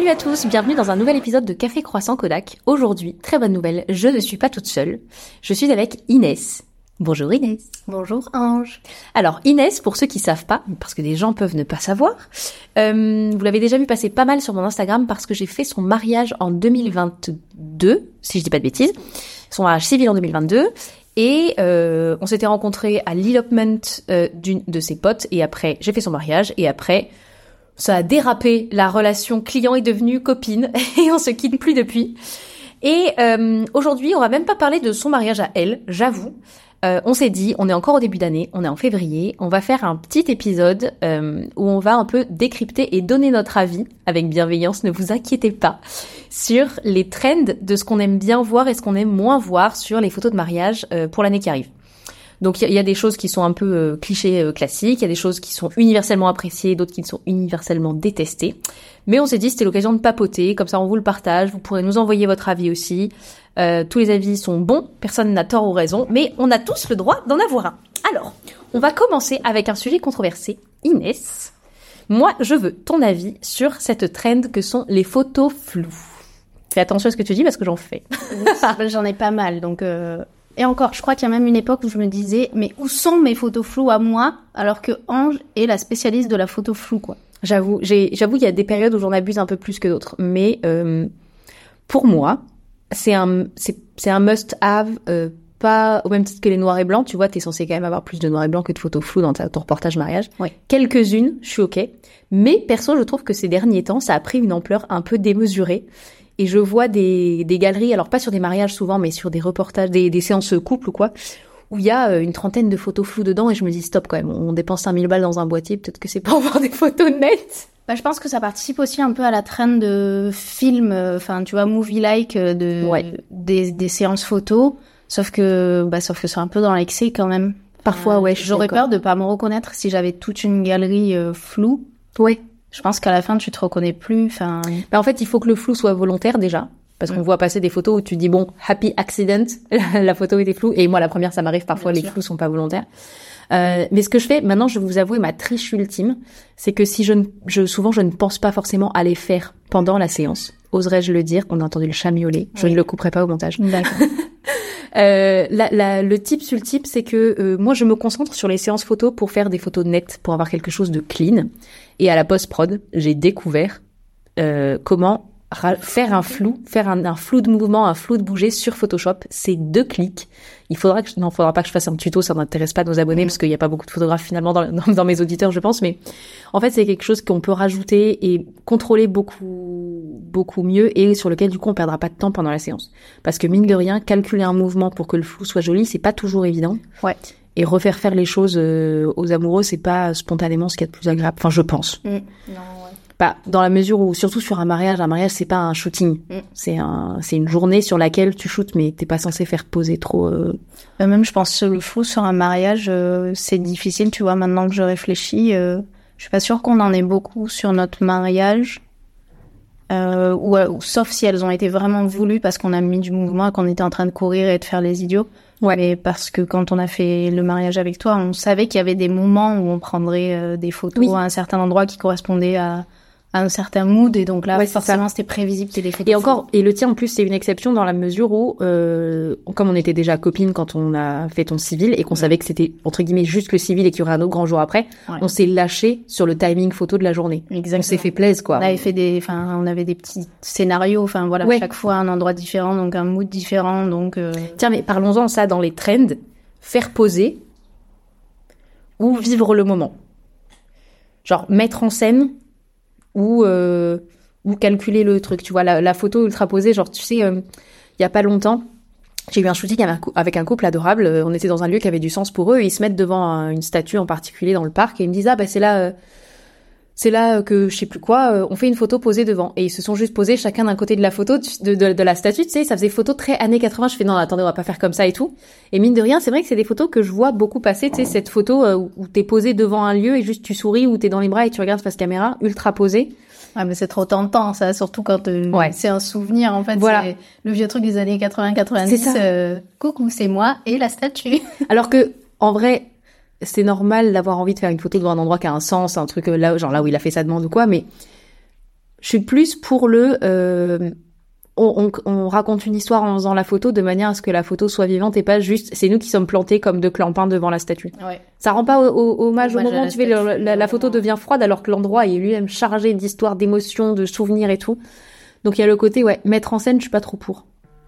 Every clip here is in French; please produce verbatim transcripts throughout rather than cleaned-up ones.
Salut à tous, bienvenue dans un nouvel épisode de Café Croissant Kodak. Aujourd'hui, très bonne nouvelle, je ne suis pas toute seule. Je suis avec Inès. Bonjour Inès. Bonjour Ange. Alors Inès, pour ceux qui savent pas, parce que des gens peuvent ne pas savoir, euh, vous l'avez déjà vu passer pas mal sur mon Instagram parce que j'ai fait son mariage en deux mille vingt-deux, si je dis pas de bêtises, son mariage civil en deux mille vingt-deux. Et euh, on s'était rencontrés à l'elopement euh, d'une de ses potes, et après j'ai fait son mariage, et après ça a dérapé, la relation client est devenue copine, et on se quitte plus depuis. Et euh, aujourd'hui, on va même pas parler de son mariage à elle, j'avoue. Euh, on s'est dit, on est encore au début d'année, on est en février, on va faire un petit épisode euh, où on va un peu décrypter et donner notre avis, avec bienveillance, ne vous inquiétez pas, sur les trends de ce qu'on aime bien voir et ce qu'on aime moins voir sur les photos de mariage euh, pour l'année qui arrive. Donc il y, y a des choses qui sont un peu euh, clichés euh, classiques, il y a des choses qui sont universellement appréciées, d'autres qui sont universellement détestées. Mais on s'est dit c'était l'occasion de papoter, comme ça on vous le partage, vous pourrez nous envoyer votre avis aussi. Euh, tous les avis sont bons, personne n'a tort ou raison, mais on a tous le droit d'en avoir un. Alors, on va commencer avec un sujet controversé. Inès, moi je veux ton avis sur cette trend que sont les photos floues. Fais attention à ce que tu dis parce que j'en fais. J'en ai pas mal, donc... Euh... Et encore, je crois qu'il y a même une époque où je me disais, mais où sont mes photos floues à moi, alors que Ange est la spécialiste de la photo floue, quoi. J'avoue, j'ai, j'avoue, il y a des périodes où j'en abuse un peu plus que d'autres, mais euh, pour moi, c'est un, c'est, c'est un must-have, euh, pas au même titre que les noirs et blancs. Tu vois, t'es censé quand même avoir plus de noirs et blancs que de photos floues dans ta, ton reportage mariage. Ouais. Quelques-unes, je suis ok, mais perso, je trouve que ces derniers temps, ça a pris une ampleur un peu démesurée. Et je vois des, des galeries, alors pas sur des mariages souvent, mais sur des reportages, des, des séances couple ou quoi, où il y a une trentaine de photos floues dedans, et je me dis stop quand même, on dépense cinq mille balles dans un boîtier, peut-être que c'est pas avoir des photos nettes. Bah, je pense que ça participe aussi un peu à la trend de films, enfin, tu vois, movie-like, de, ouais. des, des séances photos, sauf que, bah, sauf que c'est un peu dans l'excès quand même. Parfois, ouais. J'aurais peur de pas me reconnaître si j'avais toute une galerie euh, floue. Ouais. Je pense qu'à la fin, tu te reconnais plus. Enfin, bah en fait, il faut que le flou soit volontaire déjà, parce mmh. qu'on voit passer des photos où tu dis bon, happy accident, la photo était floue. Et moi, la première, ça m'arrive parfois, Bien les sûr. Flous sont pas volontaires. Euh, mais ce que je fais maintenant, je vais vous avouer ma triche ultime, c'est que si je, ne, je souvent je ne pense pas forcément à les faire pendant la séance. Oserais-je le dire? On a entendu le chat miauler. Je oui. ne le couperai pas au montage. D'accord. Euh, la, la, le tip sur le tip, c'est que euh, moi, je me concentre sur les séances photos pour faire des photos nettes, pour avoir quelque chose de clean. Et à la post-prod, j'ai découvert euh, comment ra- faire un flou, faire un, un flou de mouvement, un flou de bouger sur Photoshop. C'est deux clics. Il faudra que je, non, faudra pas que je fasse un tuto, ça n'intéresse pas nos abonnés, mmh. parce qu'il n'y a pas beaucoup de photographes finalement dans, dans, dans mes auditeurs, je pense. Mais en fait, c'est quelque chose qu'on peut rajouter et contrôler beaucoup, beaucoup mieux, et sur lequel du coup on perdra pas de temps pendant la séance. Parce que mine de rien, calculer un mouvement pour que le flou soit joli, c'est pas toujours évident. Ouais. Et refaire faire les choses euh, aux amoureux, c'est pas spontanément ce qu'il y a de plus agréable. Enfin, je pense. Mmh. Non, ouais. Bah, dans la mesure où, surtout sur un mariage, un mariage, c'est pas un shooting. Mmh. C'est un, c'est une journée sur laquelle tu shootes, mais t'es pas censé faire poser trop. Euh... Euh, même, je pense que le flou sur un mariage, euh, c'est difficile. Tu vois, maintenant que je réfléchis, euh, je suis pas sûre qu'on en ait beaucoup sur notre mariage. Euh, ou, ou sauf si elles ont été vraiment voulues parce qu'on a mis du mouvement et qu'on était en train de courir et de faire les idiots. Ouais. Mais parce que quand on a fait le mariage avec toi, on savait qu'il y avait des moments où on prendrait euh, des photos oui. à un certain endroit qui correspondait à, à un certain mood, et donc là, ouais, forcément, c'était prévisible, c'était des photos. Et encore, et le tien, en plus, c'est une exception dans la mesure où, euh, comme on était déjà copines quand on a fait ton civil et qu'on ouais. savait que c'était, entre guillemets, juste le civil et qu'il y aurait un autre grand jour après, ouais. on s'est lâché sur le timing photo de la journée. Exactement. On s'est fait plaisir, quoi. On avait fait des, enfin, on avait des petits scénarios, enfin, voilà, ouais. chaque fois un endroit différent, donc un mood différent, donc, euh... Tiens, mais parlons-en, ça, dans les trends, faire poser ou vivre le moment. Genre, mettre en scène ou euh, ou calculer le truc, tu vois, la, la photo ultra posée, genre tu sais, il euh, y a pas longtemps, j'ai eu un shooting avec un, cou- avec un couple adorable, euh, on était dans un lieu qui avait du sens pour eux, et ils se mettent devant un, une statue en particulier dans le parc, et ils me disent ah bah c'est là euh, c'est là que je sais plus quoi, euh, on fait une photo posée devant, et ils se sont juste posés chacun d'un côté de la photo de, de, de la statue, tu sais, ça faisait photo très années quatre-vingts, je fais non attendez on va pas faire comme ça et tout, et mine de rien c'est vrai que c'est des photos que je vois beaucoup passer, tu sais, cette photo euh, où t'es posé devant un lieu et juste tu souris, ou t'es dans les bras et tu regardes face caméra, ultra posé. Ouais, mais c'est trop tentant, ça, surtout quand euh, ouais. c'est un souvenir, en fait. Voilà. C'est le vieux truc des années quatre-vingts quatre-vingt-dix. Euh, coucou, c'est moi et la statue. Alors que, en vrai, c'est normal d'avoir envie de faire une photo devant un endroit qui a un sens, un truc là, genre là où il a fait sa demande ou quoi, mais Je suis plus pour le... Euh, on, on, on raconte une histoire en faisant la photo de manière à ce que la photo soit vivante et pas juste... C'est nous qui sommes plantés comme deux clampins devant la statue. Ouais. Ça rend pas au, au, hommage au moment où tu fais statue, la, la, la photo devient froide alors que l'endroit est lui-même chargé d'histoires, d'émotions, de souvenirs et tout. Donc il y a le côté, ouais, mettre en scène, je suis pas trop pour.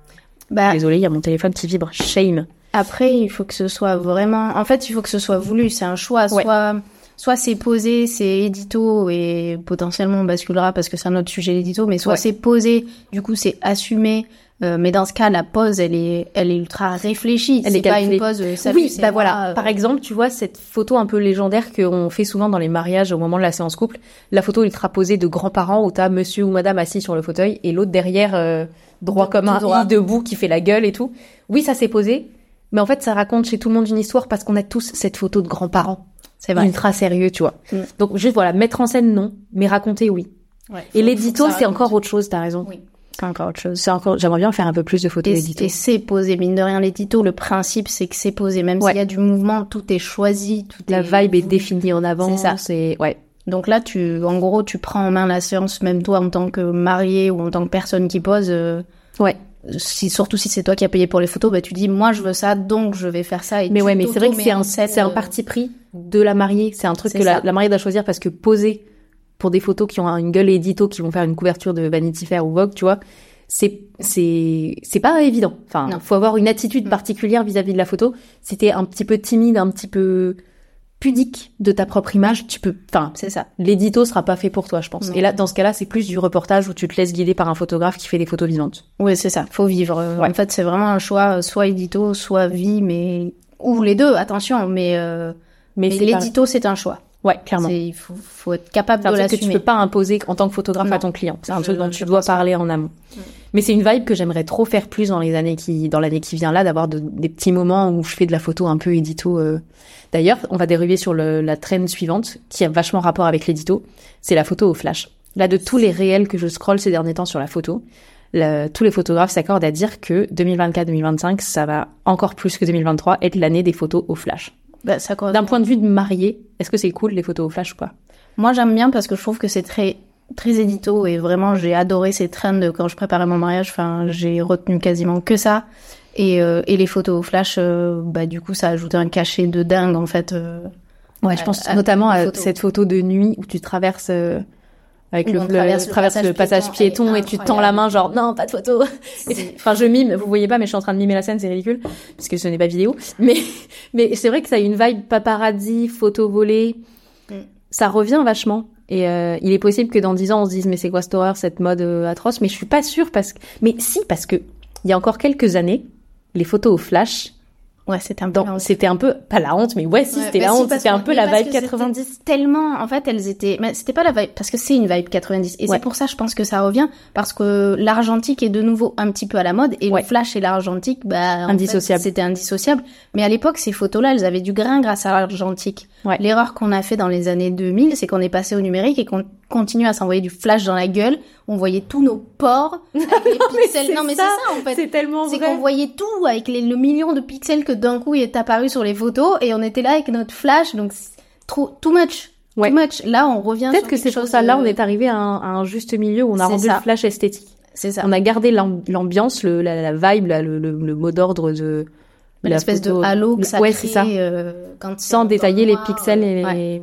Bah, Désolée, il y a mon téléphone qui vibre. Shame. Après, il faut que ce soit vraiment... En fait, il faut que ce soit voulu. C'est un choix. Ouais. Soit, soit c'est posé, c'est édito et potentiellement on basculera parce que c'est un autre sujet l'édito. Mais soit Ouais. c'est posé, du coup c'est assumé. Euh, mais dans ce cas, la pose, elle est, elle est ultra réfléchie. Elle c'est est pas calculée. une pose. Euh, salut, Oui, c'est bah moi, voilà. euh, Par exemple, tu vois cette photo un peu légendaire qu'on fait souvent dans les mariages au moment de la séance couple. La photo ultra posée de grands-parents où t'as monsieur ou madame assis sur le fauteuil et l'autre derrière euh, droit De- comme tout un droit. i debout qui fait la gueule et tout. Oui, ça s'est posé. Mais en fait, ça raconte chez tout le monde une histoire parce qu'on a tous cette photo de grands-parents. C'est vrai. Ultra sérieux, tu vois. Mm. Donc, juste, voilà, mettre en scène, non. Mais raconter, oui. Ouais, Et faut- l'édito, faut que ça c'est raconte. encore autre chose, t'as raison. Oui. C'est encore autre chose. C'est encore, j'aimerais bien faire un peu plus de photos Et, d'édito. et c'est posé, mine de rien, l'édito, le principe, c'est que c'est posé. Même Ouais. s'il y a du mouvement, tout est choisi, tout La est... vibe est définie en avant. C'est ça. C'est, ouais. Donc là, tu, en gros, tu prends en main la séance, même toi, en tant que marié ou en tant que personne qui pose, euh, Ouais. si, surtout si c'est toi qui as payé pour les photos, bah, tu dis, moi, je veux ça, donc je vais faire ça. Et Mais tu ouais, mais c'est vrai que t'auto-mets c'est en un, scène, c'est un euh, parti pris de la mariée. C'est un truc C'est que la, ça. la mariée doit choisir parce que poser pour des photos qui ont une gueule édito, qui vont faire une couverture de Vanity Fair ou Vogue, tu vois, c'est, c'est, c'est pas évident. Enfin, Non. faut avoir une attitude Mm. particulière vis-à-vis de la photo. Si t'es un petit peu timide, un petit peu pudique de ta propre image, tu peux, enfin, C'est ça. l'édito sera pas fait pour toi, je pense. Non. Et là, dans ce cas-là, c'est plus du reportage où tu te laisses guider par un photographe qui fait des photos vivantes. Oui, c'est ça. Faut vivre. Euh, Ouais. En fait, c'est vraiment un choix, euh, soit édito, soit vie, mais, ou les deux, attention, mais, euh, Mais, mais c'est l'édito, c'est un choix. pas... Ouais, clairement. C'est, il faut, faut être capable C'est un de truc que tu l'assumer. peux pas imposer en tant que photographe Non. à ton client. C'est un Je- truc dont je tu dois pense pas. parler en amont. Mm. Mais c'est une vibe que j'aimerais trop faire plus dans les années qui, dans l'année qui vient là, d'avoir de- des petits moments où je fais de la photo un peu édito. euh. D'ailleurs, on va dériver sur le, la trend suivante, qui a vachement rapport avec l'édito. C'est la photo au flash. Là, de tous les réels que je scrolle ces derniers temps sur la photo, le- tous les photographes s'accordent à dire que deux mille vingt-quatre deux mille vingt-cinq, ça va encore plus que deux mille vingt-trois être l'année des photos au flash. Bah, ça correspond. D'un point de vue de marié, est-ce que c'est cool les photos au flash ou pas? Moi, j'aime bien parce que je trouve que c'est très, très édito et vraiment, j'ai adoré ces trends quand je préparais mon mariage. Enfin, j'ai retenu quasiment que ça. Et, euh, et les photos au flash, euh, bah, du coup, ça ajoute un cachet de dingue, en fait. euh, Ouais, je pense à- à notamment les à photos. cette photo de nuit où tu traverses euh, avec Où le, on le- traverse le traverse passage le passage piéton, piéton elle et est tu tends incroyable. la main genre non, pas de photo. Et C'est- c'est- Enfin, je mime, vous voyez pas, mais je suis en train de mimer la scène, c'est ridicule parce que ce n'est pas vidéo. Mais mais c'est vrai que ça a une vibe paparazzi, photo volée. Mm. Ça revient vachement. Et euh, il est possible que dans dix ans on se dise mais c'est quoi cette horreur, cette mode euh, atroce. Mais je suis pas sûre parce que mais si parce que il y a encore quelques années les photos au flash. Ouais, c'était un peu. Dans, c'était un peu, pas la honte, mais ouais, si, Ouais, c'était bah la si, honte, parce c'était un que- peu mais la parce vibe que c'était quatre-vingt-dix. Tellement, en fait, elles étaient, mais c'était pas la vibe, parce que c'est une vibe quatre-vingt-dix. Et Ouais. c'est pour ça, je pense que ça revient, parce que l'argentique est de nouveau un petit peu à la mode, et Ouais. le flash et l'argentique, bah, en Indissociable. fait, c'était indissociable. Mais à l'époque, ces photos-là, elles avaient du grain grâce à l'argentique. Ouais. L'erreur qu'on a fait dans les années deux mille, c'est qu'on est passé au numérique et qu'on continue à s'envoyer du flash dans la gueule. On voyait tous nos pores, avec les pixels. c'est Non, mais c'est ça. ça, en fait. C'est tellement C'est vrai. qu'on voyait tout avec les, le million de pixels que d'un coup est apparu sur les photos et on était là avec notre flash, donc c'est trop, too much. Ouais. Too much. Là, on revient Peut-être sur que quelque c'est pour chose ça. Là, de- on est arrivé à un, à un juste milieu où on a C'est rendu ça. le flash esthétique. C'est ça. On a gardé l'am- l'ambiance, le, la, la vibe, la- le, le, le mot d'ordre de la L'espèce photo. de halo que ça ouais, crée, c'est ça. euh, quand c'est Sans dans détailler le les noir, pixels et les, euh, ouais.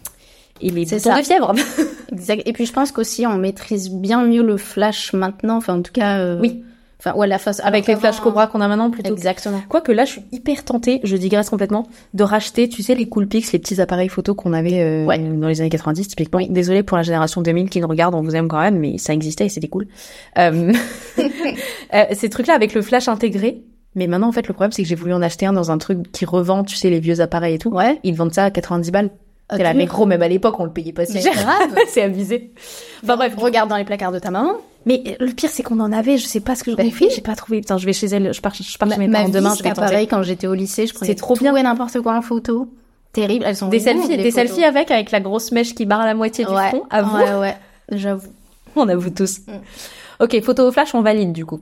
et les C'est boutons ça. de fièvre. Exact. Et puis je pense qu'aussi on maîtrise bien mieux le flash maintenant, enfin en tout cas. euh, Oui. Enfin ouais, la face Avec les flash Cobra qu'on a maintenant plutôt. Exactement. Quoique là, je suis hyper tentée, je digresse complètement, de racheter, tu sais, les Coolpix, les petits appareils photo qu'on avait euh, Ouais. dans les années quatre-vingt-dix, typiquement. Désolée pour la génération deux mille qui nous regarde, on vous aime quand même, mais ça existait et c'était cool. Euh... euh, ces trucs-là avec le flash intégré. Mais maintenant, en fait, le problème, c'est que j'ai voulu en acheter un dans un truc qui revend, tu sais, les vieux appareils et tout. Ouais. Ils vendent ça à quatre-vingt-dix balles. Ah, C'est là, tu- mais gros, même à l'époque, on le payait pas si Mais cher. grave. C'est abusé. Enfin bref. Regarde dans les placards de ta maman. Mais euh, le pire, c'est qu'on en avait, je sais pas ce que je Bah, fait, oui. j'ai pas trouvé. Putain, je vais chez elle, je pars, je pars Ma, chez mes ma parents vie, demain, je c'était vais tenter. pareil quand j'étais au lycée, je prenais C'est trop tout bien. et n'importe quoi en photo. Terrible. Elles sont Des rouges, selfies, les des photos. selfies avec, avec la grosse mèche qui barre à la moitié du Ouais. front. À vous. Ouais, ouais. J'avoue. On avoue tous. Mm. Ok, photo au flash, on valide, du coup.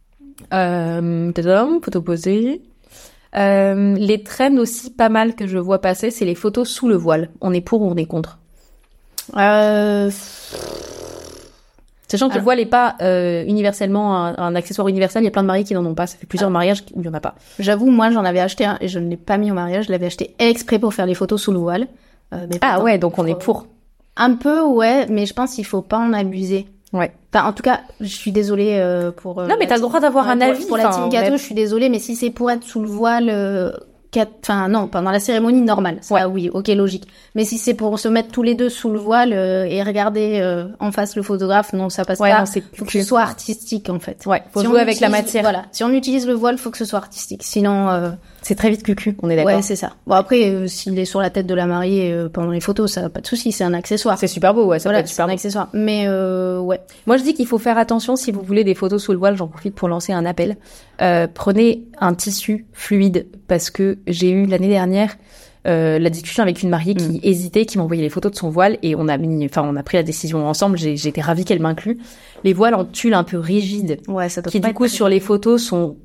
Euh, tadam, photo posée. Euh, les trends aussi pas mal que je vois passer, c'est les photos sous le voile. On est pour ou on est contre? Euh... Sachant que Alors, le voile est pas euh, universellement un, un accessoire universel, il y a plein de mariés qui n'en ont pas. Ça fait plusieurs ah. mariages où il y en a pas. J'avoue, moi j'en avais acheté un et je ne l'ai pas mis au mariage. Je l'avais acheté exprès pour faire les photos sous le voile. Euh, mais ah ouais, donc on est pour. Un peu, ouais, mais je pense qu'il faut pas en abuser. Ouais. Enfin, en tout cas, je suis désolée euh, pour. Euh, non, mais t'as le droit d'avoir un avis. Pour, pour la team gâteau, mais... je suis désolée, mais si c'est pour être sous le voile. Euh, Enfin non, pendant la cérémonie normale. Ça, ouais. Oui, ok, logique. Mais si c'est pour se mettre tous les deux sous le voile euh, et regarder euh, en face le photographe, non, ça passe ouais, pas. Non, c'est faut que ce soit artistique en fait. Ouais, faut si jouer avec la matière. Voilà, si on utilise le voile, faut que ce soit artistique. Sinon, euh... c'est très vite cucu. On est d'accord. Ouais, c'est ça. Bon après, euh, s'il est sur la tête de la mariée euh, pendant les photos, ça pas de souci, c'est un accessoire. C'est super beau, ouais, ça voilà, peut être super c'est un beau. accessoire. Mais euh, ouais. Moi, je dis qu'il faut faire attention si vous voulez des photos sous le voile. J'en profite pour lancer un appel. Euh, prenez un tissu fluide parce que j'ai eu l'année dernière Euh, la discussion avec une mariée qui mmh. hésitait, qui m'envoyait les photos de son voile et on a mis, enfin on a pris la décision ensemble. J'ai, j'étais ravie qu'elle m'inclue. Les voiles en tulle un peu rigides, ouais, ça doit qui pas du coup sur les photos sont,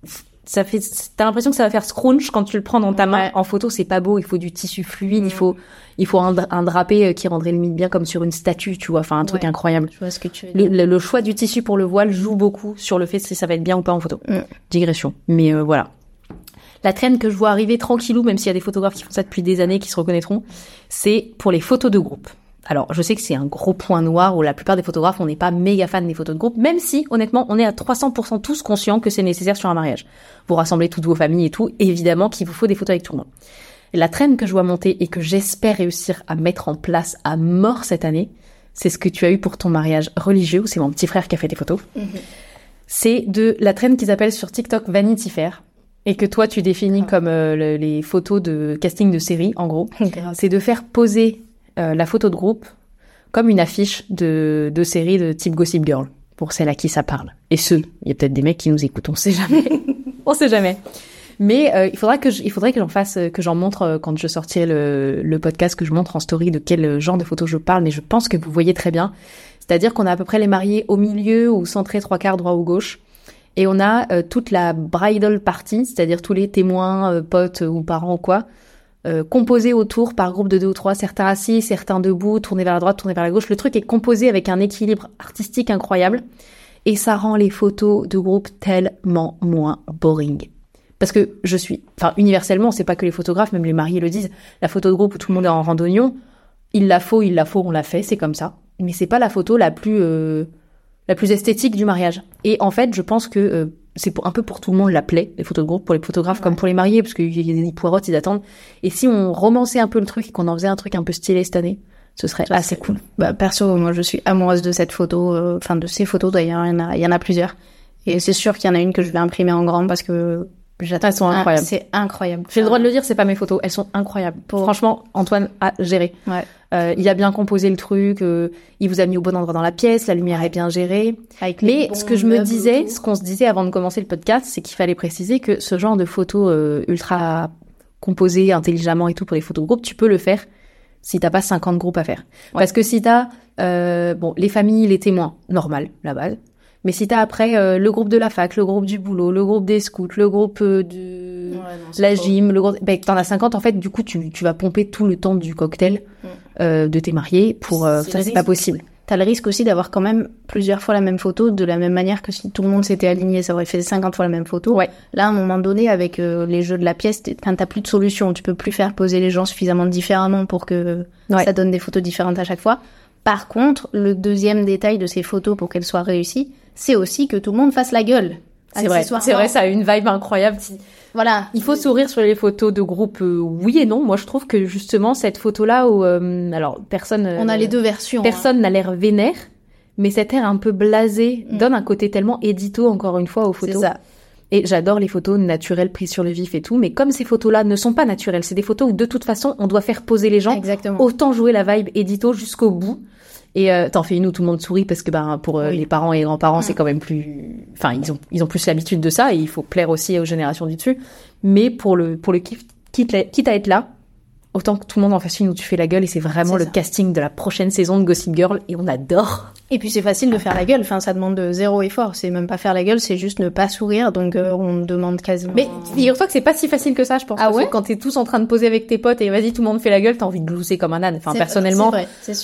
ça fait, t'as l'impression que ça va faire scrunch quand tu le prends dans ta main. Ouais. En photo, c'est pas beau. Il faut du tissu fluide. Mmh. Il faut, il faut un, un drapé qui rendrait limite bien comme sur une statue, tu vois. Enfin un truc ouais. incroyable. Je vois ce que tu veux dire. Le, le, le choix du tissu pour le voile joue beaucoup sur le fait si ça va être bien ou pas en photo. Mmh. Digression, mais euh, voilà. La trend que je vois arriver tranquillou, même s'il y a des photographes qui font ça depuis des années, qui se reconnaîtront, c'est pour les photos de groupe. Alors, je sais que c'est un gros point noir où la plupart des photographes, on n'est pas méga fan des photos de groupe, même si, honnêtement, on est à trois cents pour cent tous conscients que c'est nécessaire sur un mariage. Vous rassemblez toutes vos familles et tout, évidemment qu'il vous faut des photos avec tout le monde. La trend que je vois monter et que j'espère réussir à mettre en place à mort cette année, c'est ce que tu as eu pour ton mariage religieux, où c'est mon petit frère qui a fait des photos. Mm-hmm. C'est de la trend qu'ils appellent sur TikTok Vanity Fair. Et que toi, tu définis comme euh, le, les photos de casting de série, en gros. C'est de faire poser euh, la photo de groupe comme une affiche de, de série de type Gossip Girl, pour celles à qui ça parle. Et ceux, il y a peut-être des mecs qui nous écoutent, on sait jamais. on sait jamais. Mais euh, il faudra que je, il faudrait que j'en fasse, que j'en montre euh, quand je sortirai le, le podcast, que je montre en story de quel genre de photos je parle. Mais je pense que vous voyez très bien. C'est-à-dire qu'on a à peu près les mariés au milieu ou centrés trois quarts droit ou gauche. Et on a euh, toute la bridal party, c'est-à-dire tous les témoins, euh, potes euh, ou parents ou quoi, euh, composés autour par groupe de deux ou trois, certains assis, certains debout, tournés vers la droite, tournés vers la gauche. Le truc est composé avec un équilibre artistique incroyable et ça rend les photos de groupe tellement moins boring. Parce que je suis, enfin universellement, c'est pas que les photographes, même les mariés le disent, la photo de groupe où tout le monde est en randonnion, il la faut, il la faut, on l'a fait, c'est comme ça. Mais c'est pas la photo la plus... Euh, la plus esthétique du mariage. Et en fait, je pense que euh, c'est pour, un peu pour tout le monde la plaie, les photos de groupe, pour les photographes ouais. comme pour les mariés, parce qu'il y a des poirottes, ils attendent. Et si on romançait un peu le truc et qu'on en faisait un truc un peu stylé cette année, ce serait ça, assez cool. Bah, perso, moi, je suis amoureuse de cette photo, enfin, euh, de ces photos, d'ailleurs, il y en a, il y en a plusieurs. Et c'est sûr qu'il y en a une que je vais imprimer en grand parce que j'attends. Elles sont incroyables. Ah, c'est incroyable. J'ai le droit de le dire, c'est pas mes photos. Elles sont incroyables. Pour... Franchement, Antoine a géré. Ouais. Euh, il a bien composé le truc, euh, il vous a mis au bon endroit dans la pièce, la lumière est bien gérée. Avec Mais ce que je me disais, ce qu'on se disait avant de commencer le podcast, c'est qu'il fallait préciser que ce genre de photos euh, ultra composées intelligemment et tout pour les photos de groupe, tu peux le faire si t'as pas cinquante groupes à faire. Ouais. Parce que si t'as, euh, bon, les familles, les témoins, normal, la base. Mais si t'as après euh, le groupe de la fac, le groupe du boulot, le groupe des scouts, le groupe euh, de ouais, non, la gym, le groupe, ben t'en as cinquante en fait. Du coup, tu tu vas pomper tout le temps du cocktail mm. euh, de tes mariés pour euh, c'est ça, c'est pas possible. T'as le risque aussi d'avoir quand même plusieurs fois la même photo, de la même manière que si tout le monde s'était aligné, ça aurait fait cinquante fois la même photo. Ouais. Là, à un moment donné, avec euh, les jeux de la pièce, t'as, t'as plus de solution. Tu peux plus faire poser les gens suffisamment différemment pour que ouais. ça donne des photos différentes à chaque fois. Par contre, le deuxième détail de ces photos pour qu'elles soient réussies, c'est aussi que tout le monde fasse la gueule. C'est vrai, c'est vrai, ça a une vibe incroyable. Voilà. Il faut sourire sur les photos de groupe, euh, oui et non. Moi, je trouve que justement, cette photo-là où, euh, alors, personne... On a euh, les deux versions. Personne hein. n'a l'air vénère, mais cet air un peu blasé mm. donne un côté tellement édito, encore une fois, aux photos. C'est ça. Et j'adore les photos naturelles prises sur le vif et tout, mais comme ces photos-là ne sont pas naturelles, c'est des photos où de toute façon, on doit faire poser les gens. Exactement. Autant jouer la vibe édito jusqu'au bout. Et euh, t'en fais une où tout le monde sourit parce que ben pour euh, oui. les parents et les grands-parents mmh. c'est quand même plus, enfin ils ont ils ont plus l'habitude de ça et il faut plaire aussi aux générations du dessus. Mais pour le pour le kiff, quitte, quitte à être là, autant que tout le monde en fasse une où tu fais la gueule et c'est vraiment c'est le ça. Casting de la prochaine saison de Gossip Girl et on adore. Et puis c'est facile de faire la gueule, enfin ça demande zéro effort, c'est même pas faire la gueule, c'est juste ne pas sourire, donc euh, on demande quasiment. Mais figure-toi que c'est pas si facile que ça, je pense. Ah ouais. Que quand t'es tous en train de poser avec tes potes et vas-y tout le monde fait la gueule, t'as envie de glousser comme un âne. Enfin c'est, personnellement. C'est vrai, c'est sûr.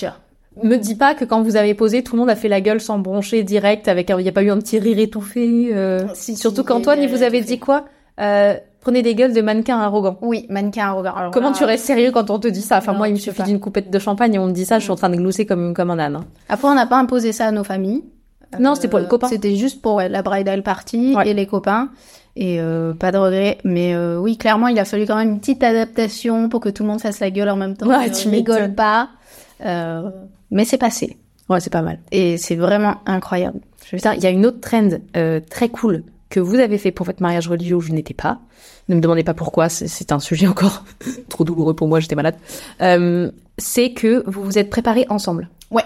me dis pas que quand vous avez posé, tout le monde a fait la gueule sans broncher direct, avec il y a pas eu un petit rire étouffé. Euh, si, surtout si, qu'Antoine, il vous avait dit quoi euh, Prenez des gueules de mannequin arrogant. Oui, mannequin arrogant. Alors, Comment là, tu restes sérieux quand on te dit ça? Enfin, non, moi, il me suffit pas. d'une coupette de champagne et on me dit ça, je suis en train de glousser comme, comme un âne. Hein. Après, on n'a pas imposé ça à nos familles. Non, euh, c'était pour les copains. C'était juste pour ouais, la bridal party ouais. et les copains. Et euh, pas de regret. Mais euh, oui, clairement, il a fallu quand même une petite adaptation pour que tout le monde fasse la gueule en même temps. Ouais, tu rigoles pas. Euh, mais c'est passé. Ouais, c'est pas mal. Et c'est vraiment incroyable. Putain, il y a une autre trend euh, très cool que vous avez fait pour votre mariage religieux où je n'étais pas. Ne me demandez pas pourquoi, c'est, c'est un sujet encore trop douloureux pour moi, j'étais malade. Euh, c'est que vous vous êtes préparés ensemble. Ouais.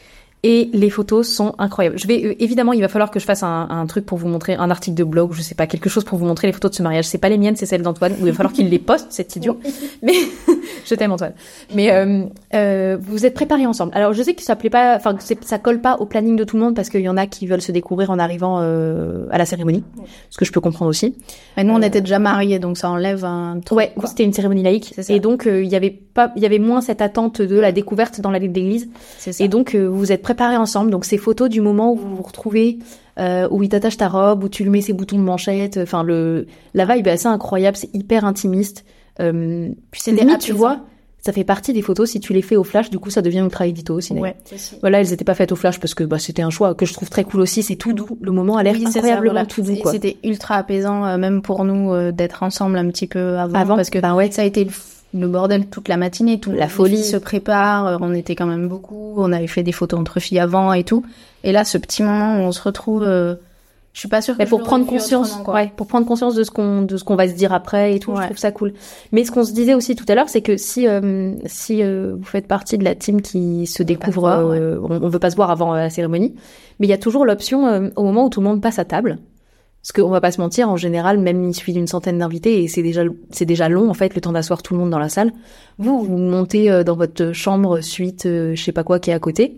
Et les photos sont incroyables. Je vais euh, évidemment, il va falloir que je fasse un, un truc pour vous montrer, un article de blog, je sais pas, quelque chose pour vous montrer les photos de ce mariage. C'est pas les miennes, c'est celles d'Antoine. Où il va falloir qu'il les poste, cet idiot. Mais je t'aime Antoine. Mais euh, euh, vous êtes préparés ensemble. Alors je sais que ça plaît pas, enfin que ça colle pas au planning de tout le monde parce qu'il y en a qui veulent se découvrir en arrivant euh, à la cérémonie, ce que je peux comprendre aussi. Et nous on euh... était déjà mariés, donc ça enlève un truc. Ouais, vous, c'était une cérémonie laïque, et donc il euh, y avait pas, il y avait moins cette attente de la découverte dans la vie de l'église. C'est ça. Et donc euh, vous vous êtes préparés ensemble. Donc ces photos du moment où vous vous retrouvez, euh, où il t'attache ta robe, où tu lui mets ses boutons de manchette, enfin le la vibe est assez incroyable, c'est hyper intimiste. Euh, puis c'est limite, tu vois, ça fait partie des photos. Si tu les fais au flash, du coup ça devient ultra édito aussi. Ouais. Voilà, elles étaient pas faites au flash parce que bah c'était un choix que je trouve très cool aussi. C'est tout doux. Le moment a l'air oui, incroyablement ça, voilà. tout doux. Quoi. C'était ultra apaisant, euh, même pour nous euh, d'être ensemble un petit peu avant, avant parce que bah ouais. ça a été le le bordel toute la matinée, toute la folie se prépare, on était quand même beaucoup, on avait fait des photos entre filles avant et tout. Et là, ce petit moment où on se retrouve, euh, je suis pas sûre que mais pour prendre conscience, ouais, pour prendre conscience de ce qu'on de ce qu'on va se dire après et tout, ouais. Je trouve ça cool. Mais ce qu'on se disait aussi tout à l'heure, c'est que si euh, si euh, vous faites partie de la team qui se découvre, voir, euh, ouais. on, on veut pas se voir avant euh, la cérémonie, mais il y a toujours l'option euh, au moment où tout le monde passe à table. Parce qu'on va pas se mentir, en général, même il suffit d'une centaine d'invités et c'est déjà c'est déjà long en fait le temps d'asseoir tout le monde dans la salle. Vous vous montez dans votre chambre suite, euh, je sais pas quoi qui est à côté.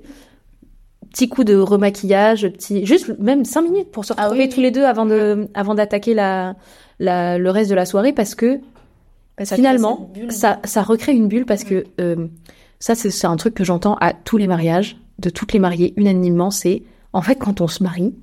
Petit coup de remaquillage, petit juste même cinq minutes pour se retrouver ah oui, tous oui. les deux avant de avant d'attaquer la la le reste de la soirée parce que parce finalement ça ça recrée une bulle parce que euh, ça c'est c'est un truc que j'entends à tous les mariages de toutes les mariées unanimement, c'est en fait quand on se marie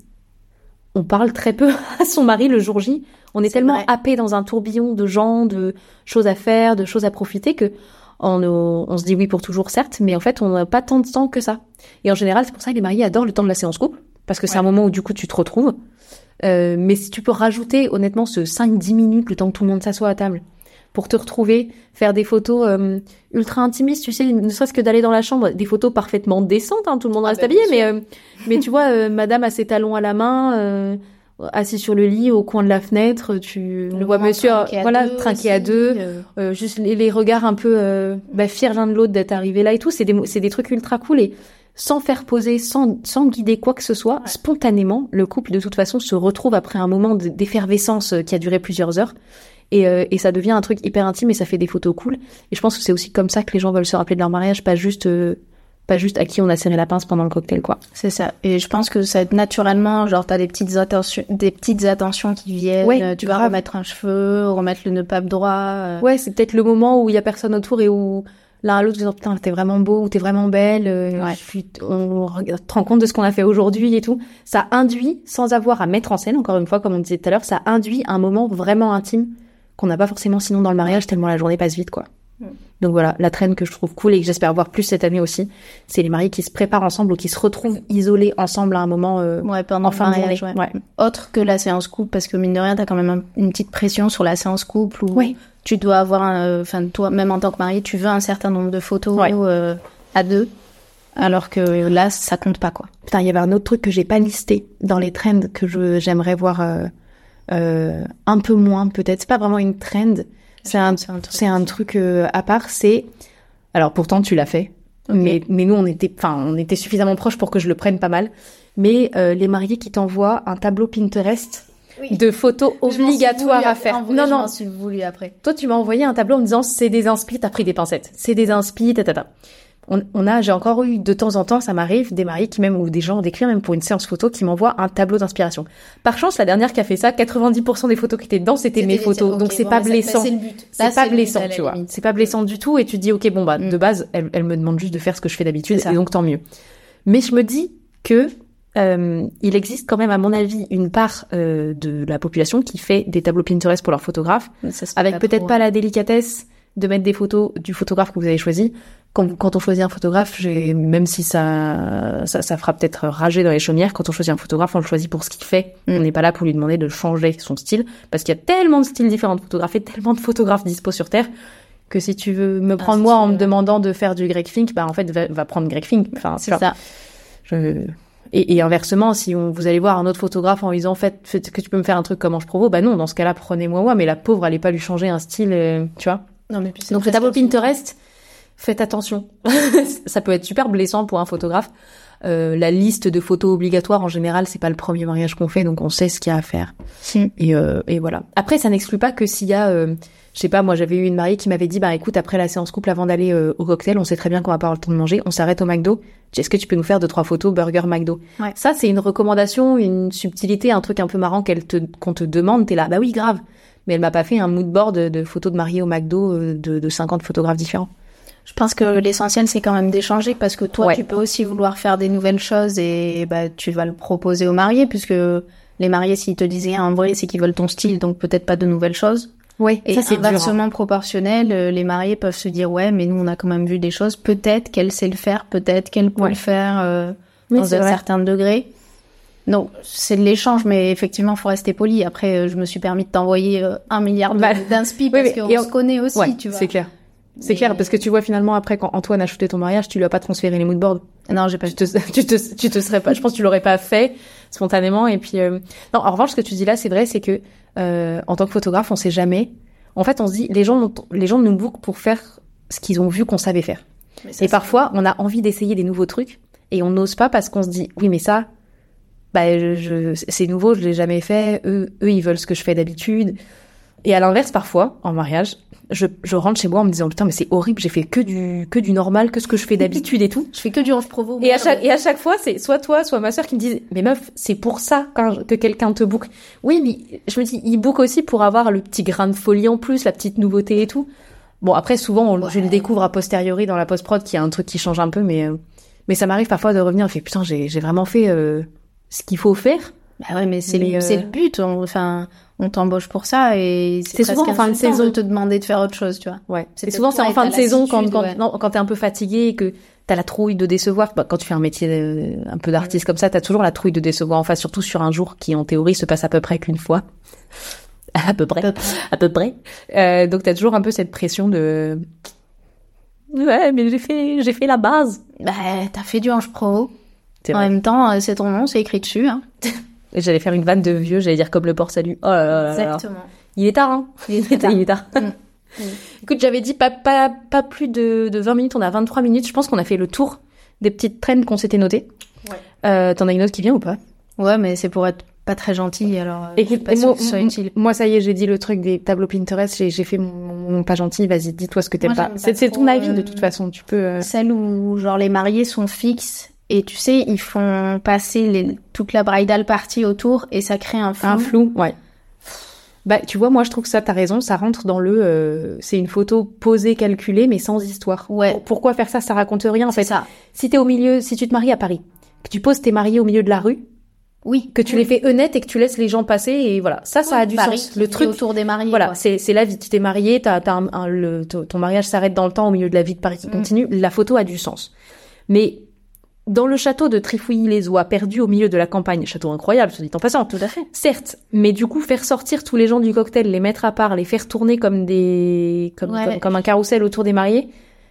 on parle très peu à son mari le jour J. On est, c'est tellement vrai. happé dans un tourbillon de gens, de choses à faire, de choses à profiter que on, on se dit oui pour toujours, certes, mais en fait, on n'a pas tant de temps que ça. Et en général, c'est pour ça que les mariés adorent le temps de la séance couple, parce que c'est ouais. un moment où du coup tu te retrouves. Euh, mais si tu peux rajouter honnêtement ce cinq dix minutes, le temps que tout le monde s'assoit à table, pour te retrouver, faire des photos euh, ultra intimistes, tu sais, ne serait-ce que d'aller dans la chambre, des photos parfaitement décentes, hein, tout le monde reste ah ben, habillé, mais euh, mais tu vois, euh, madame a ses talons à la main, euh, assis sur le lit, au coin de la fenêtre, tu le vois monsieur, voilà, trinquer à deux, euh... Euh, juste les, les regards un peu euh, bah, fiers l'un de l'autre d'être arrivés là et tout, c'est des c'est des trucs ultra cool et sans faire poser, sans sans guider quoi que ce soit, ouais. spontanément, le couple de toute façon se retrouve après un moment d'effervescence qui a duré plusieurs heures. Et, euh, et ça devient un truc hyper intime et ça fait des photos cool. Et je pense que c'est aussi comme ça que les gens veulent se rappeler de leur mariage, pas juste, euh, pas juste à qui on a serré la pince pendant le cocktail, quoi. C'est ça. Et je pense que ça va être naturellement, genre t'as des petites attentions, des petites attentions qui viennent. Ouais, tu vas grave. remettre un cheveu, remettre le nœud pape droit. Euh... Ouais, c'est peut-être le moment où il y a personne autour et où l'un à l'autre disant putain t'es vraiment beau ou t'es vraiment belle. Euh, ouais. Puis on te rend compte de ce qu'on a fait aujourd'hui et tout. Ça induit, sans avoir à mettre en scène, encore une fois, comme on disait tout à l'heure, ça induit un moment vraiment intime. Qu'on n'a pas forcément sinon dans le mariage tellement la journée passe vite quoi. Mm. Donc voilà, la traîne que je trouve cool et que j'espère voir plus cette année aussi, c'est les mariés qui se préparent ensemble ou qui se retrouvent isolés ensemble à un moment euh, ouais, pendant en fin de journée. Ouais. Ouais. Autre que la séance couple parce que mine de rien t'as quand même un, une petite pression sur la séance couple où ouais. tu dois avoir, enfin toi même en tant que marié tu veux un certain nombre de photos ouais. euh, à deux. Alors que là ça compte pas quoi. Putain il y avait un autre truc que j'ai pas listé dans les trends que je j'aimerais voir. Euh... Euh, un peu moins peut-être, c'est pas vraiment une trend, c'est un, c'est un truc, c'est un truc euh, à part, c'est, alors pourtant tu l'as fait, okay. mais, mais nous on était, enfin on était suffisamment proches pour que je le prenne pas mal, mais euh, les mariés qui t'envoient un tableau Pinterest oui. de photos obligatoires à faire. Vrai, non, non, voulu après. Toi tu m'as envoyé un tableau en me disant c'est des inspi, t'as pris des pincettes, c'est des inspi, tatata. On, on a, j'ai encore eu de temps en temps, ça m'arrive, des mariés qui même, ou des gens, des clients, même pour une séance photo, qui m'envoient un tableau d'inspiration. Par chance, la dernière qui a fait ça, quatre-vingt-dix pour cent des photos qui étaient dedans, c'était, c'était mes photos. Okay, donc c'est bon, pas blessant. Ça, c'est le but. C'est ça, pas c'est blessant, but, tu vois. C'est pas blessant du tout, et tu te dis, ok, bon, bah, mm. de base, elle, elle me demande juste de faire ce que je fais d'habitude, et donc tant mieux. Mais je me dis que, euh, il existe quand même, à mon avis, une part, euh, de la population qui fait des tableaux Pinterest pour leurs photographes, avec peut-être trop, pas ouais. la délicatesse de mettre des photos du photographe que vous avez choisi. Quand, quand on choisit un photographe, j'ai, même si ça, ça, ça fera peut-être rager dans les chaumières, quand on choisit un photographe, on le choisit pour ce qu'il fait. Mm. On n'est pas là pour lui demander de changer son style, parce qu'il y a tellement de styles différents de photographes et tellement de photographes dispo sur Terre, que si tu veux me prendre ah, moi en me demandant de faire du Greg Fink, bah, en fait, va, va prendre Greg Fink. Enfin, c'est ça. Je... Et, et inversement, si on, vous allez voir un autre photographe en lui disant, en fait, fait, que tu peux me faire un truc comme Ange Provo, bah non, dans ce cas-là, prenez-moi moi, mais la pauvre, allez pas lui changer un style, euh, tu vois. Non, mais puis c'est donc le tableau Pinterest, faites attention. Ça peut être super blessant pour un photographe. Euh, la liste de photos obligatoires, en général, c'est pas le premier mariage qu'on fait, donc on sait ce qu'il y a à faire. Mm. Et, euh, et voilà. Après, ça n'exclut pas que s'il y a, euh, je sais pas, moi j'avais eu une mariée qui m'avait dit, bah écoute, après la séance couple, avant d'aller euh, au cocktail, on sait très bien qu'on va pas avoir le temps de manger, on s'arrête au McDo. Est-ce que tu peux nous faire deux trois photos burger McDo? Ouais. Ça, c'est une recommandation, une subtilité, un truc un peu marrant qu'elle te, qu'on te demande. T'es là, bah oui, grave. Mais elle m'a pas fait un mood board de, de photos de mariés au McDo de, de cinquante photographes différents. Je pense que l'essentiel, c'est quand même d'échanger, parce que toi, ouais. tu peux aussi vouloir faire des nouvelles choses et bah tu vas le proposer aux mariés, puisque les mariés, s'ils te disaient en vrai, c'est qu'ils veulent ton style, donc peut-être pas de nouvelles choses. Oui, et ça c'est inversement dur, hein. proportionnel, les mariés peuvent se dire ouais, mais nous on a quand même vu des choses. Peut-être qu'elle sait le faire, peut-être qu'elle peut ouais. le faire euh, oui, dans un vrai. certain degré. Non, c'est de l'échange, mais effectivement, faut rester poli. Après, euh, je me suis permis de t'envoyer euh, un milliard de, bah, d'inspi parce oui, qu'on on... se connaît aussi, ouais, tu vois. C'est clair. C'est mais... clair, parce que tu vois, finalement, après, quand Antoine a shooté ton mariage, tu lui as pas transféré les moodboards. Non, j'ai pas. Tu te, tu te, tu te serais pas, je pense que tu l'aurais pas fait spontanément. Et puis, euh... non, en revanche, ce que tu dis là, c'est vrai, c'est que, euh, en tant que photographe, on sait jamais. En fait, on se dit, les gens, les gens nous bookent pour faire ce qu'ils ont vu qu'on savait faire. Ça, et parfois, on a envie d'essayer des nouveaux trucs et on n'ose pas parce qu'on se dit, oui, mais ça, bah, je, je, c'est nouveau, je l'ai jamais fait. Eux, eux, ils veulent ce que je fais d'habitude. Et à l'inverse, parfois, en mariage, je, je rentre chez moi en me disant, putain, mais c'est horrible, j'ai fait que du, que du normal, que ce que je fais d'habitude et tout. Je fais que du Ange Provo. Et à chaque, et à chaque fois, c'est soit toi, soit ma sœur qui me disent, mais meuf, c'est pour ça quand, que quelqu'un te book. Oui, mais je me dis, il book aussi pour avoir le petit grain de folie en plus, la petite nouveauté et tout. Bon, après, souvent, on, ouais. je le découvre a posteriori dans la post-prod qu'il y a un truc qui change un peu, mais, euh, mais ça m'arrive parfois de revenir et faire, putain, j'ai, j'ai vraiment fait, euh, ce qu'il faut faire. Bah ouais, mais c'est, mais le, euh... c'est le but. On, enfin, on t'embauche pour ça et c'est, c'est souvent en fin de saison de te demander de faire autre chose, tu vois. Ouais. C'est souvent c'est en fin de saison quand quand ouais. non, quand t'es un peu fatigué et que t'as la trouille de décevoir. Bah, quand tu fais un métier euh, un peu d'artiste ouais. comme ça, t'as toujours la trouille de décevoir. Enfin, surtout sur un jour qui en théorie se passe à peu près qu'une fois. à peu près. À peu près. À peu près. Euh, donc t'as toujours un peu cette pression de. Ouais, mais j'ai fait j'ai fait la base. Bah, t'as fait du Ange Pro. En même temps, c'est ton nom, c'est écrit dessus. Hein. Et j'allais faire une vanne de vieux, j'allais dire comme le port salut. Oh là là là. Exactement. Il est tard, hein. Il est tard. Il est tard. Mm. Mm. Écoute, j'avais dit pas, pas, pas plus de, de vingt minutes, on a vingt-trois minutes. Je pense qu'on a fait le tour des petites traînes qu'on s'était notées. Ouais. Euh, t'en as une autre qui vient ou pas? Ouais, mais c'est pour être pas très gentil, alors. Écoute, pas moi, m- utile. moi, ça y est, j'ai dit le truc des tableaux Pinterest, j'ai, j'ai fait mon, mon pas gentil, vas-y, dis-toi ce que t'aimes moi, pas. C'est, pas c'est ton avis, euh, de toute façon, tu peux, euh... Celle où, genre, les mariés sont fixes. Et tu sais, ils font passer les, toute la bridal party autour et ça crée un flou. Un flou, ouais. Bah, tu vois, moi, je trouve que ça, t'as raison, ça rentre dans le, euh, c'est une photo posée, calculée, mais sans histoire. Ouais. Pourquoi faire ça? Ça raconte rien, en c'est fait. Ça. Si t'es au milieu, si tu te maries à Paris, que tu poses tes mariés au milieu de la rue. Oui. Que tu oui. les fais honnêtes et que tu laisses les gens passer et voilà. Ça, ça oui, a du Paris, sens. Le truc. Autour des mariés. Voilà. Quoi. C'est, c'est la vie. Tu t'es marié, t'as, t'as un, un, le, ton mariage s'arrête dans le temps au milieu de la vie de Paris qui mm. continue. La photo a du sens. Mais, dans le château de Trifouilly-les-Oies, perdu au milieu de la campagne, château incroyable, se dit en passant. Tout à fait. Certes, mais du coup, faire sortir tous les gens du cocktail, les mettre à part, les faire tourner comme des, comme, ouais. comme, comme un carrousel autour des mariés,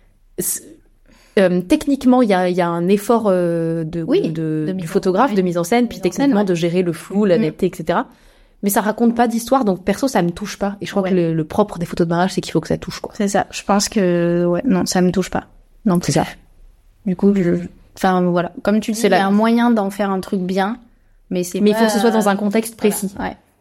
euh, techniquement, il y a, il y a un effort euh, de, oui, de, de du photographe, de mise en scène, puis techniquement scène, ouais. de gérer le flou, la netteté, mmh. et cetera. Mais ça raconte pas d'histoire, donc perso, ça me touche pas. Et je crois ouais. que le, le propre des photos de mariage, c'est qu'il faut que ça touche, quoi. C'est ça. Je pense que, ouais, non, ça me touche pas. Non, c'est ça. Du coup, je, enfin, voilà. Comme tu dis, il y a un moyen d'en faire un truc bien, mais c'est Mais pas... il faut que ce soit dans un contexte précis. Voilà. Ouais.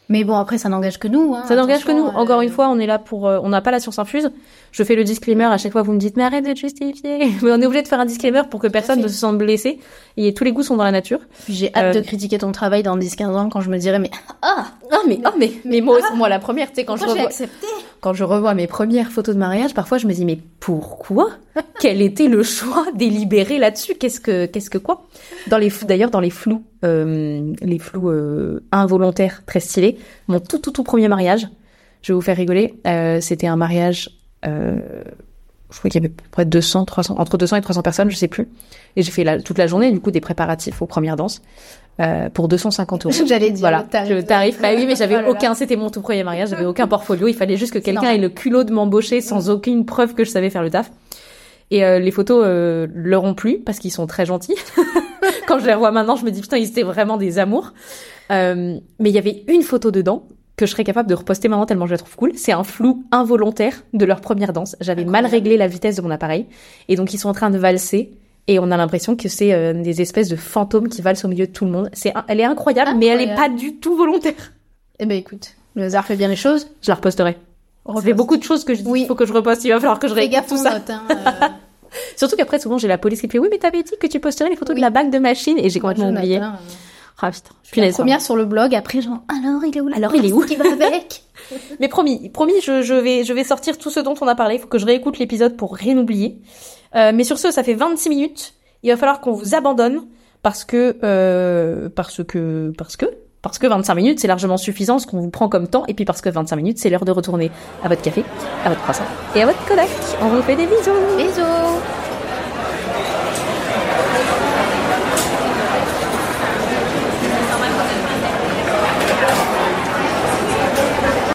Mais bon, après, ça n'engage que nous. Hein, ça n'engage que nous. euh... Encore une fois, on est là pour... Euh, on n'a pas la science infuse. Je fais le disclaimer à chaque fois, vous me dites, mais arrête de te justifier. Mais on est obligé de faire un disclaimer pour que personne ne se sente blessé. Et tous les goûts sont dans la nature. J'ai hâte euh... de critiquer ton travail dans dix quinze ans quand je me dirais, mais... Ah ah mais, oh, mais, mais moi, ah, moi, la première, tu sais, quand je revois... accepté quand je revois mes premières photos de mariage, parfois, je me dis, mais pourquoi? Quel était le choix délibéré là-dessus? Qu'est-ce que, qu'est-ce que quoi? Dans les, d'ailleurs, dans les flous, euh, les flous, euh, involontaires, très stylés, mon tout, tout, tout premier mariage, je vais vous faire rigoler, euh, c'était un mariage, euh, je crois qu'il y avait à peu près deux cents, trois cents, entre deux cents et trois cents personnes, je sais plus. Et j'ai fait la, toute la journée, du coup, des préparatifs aux premières danses, euh, pour deux cent cinquante euros. J'allais dire voilà, le tarif. Le tarif. Bah oui, mais j'avais oh aucun, c'était mon tout premier mariage, j'avais aucun portfolio, il fallait juste que quelqu'un ait le culot de m'embaucher sans aucune preuve que je savais faire le taf. Et euh, les photos euh, leur ont plu parce qu'ils sont très gentils. Quand je les revois maintenant, je me dis putain, ils étaient vraiment des amours. Euh, mais il y avait une photo dedans que je serais capable de reposter maintenant tellement je la trouve cool. C'est un flou involontaire de leur première danse. J'avais Incroyable. mal réglé la vitesse de mon appareil. Et donc, ils sont en train de valser. Et on a l'impression que c'est euh, des espèces de fantômes qui valsent au milieu de tout le monde. C'est, elle est incroyable, incroyable. mais elle est pas du tout volontaire. Eh ben, écoute, le hasard fait bien les choses. Je la reposterai. Ça fait beaucoup de choses que je dis, oui. faut que je reposte. Il va falloir que je réécoute tout ça. Note, hein, euh... Surtout qu'après, souvent, j'ai la police qui me fait, oui, mais t'avais dit que tu posterais les photos oui. de la bague de machine. Et j'ai Moi, complètement oublié. Hein. Ah putain. Je suis la première sur le blog, après genre, alors il est où la Alors il est où qui va avec? Mais promis, promis, je, je vais, je vais sortir tout ce dont on a parlé. Il faut que je réécoute l'épisode pour rien oublier. Euh, mais sur ce, ça fait vingt-six minutes. Il va falloir qu'on vous abandonne parce que, euh, parce que, parce que, parce que vingt-cinq minutes, c'est largement suffisant ce qu'on vous prend comme temps. Et puis parce que vingt-cinq minutes, c'est l'heure de retourner à votre café, à votre croissant et à votre Kodak. On vous fait des bisous. Bisous.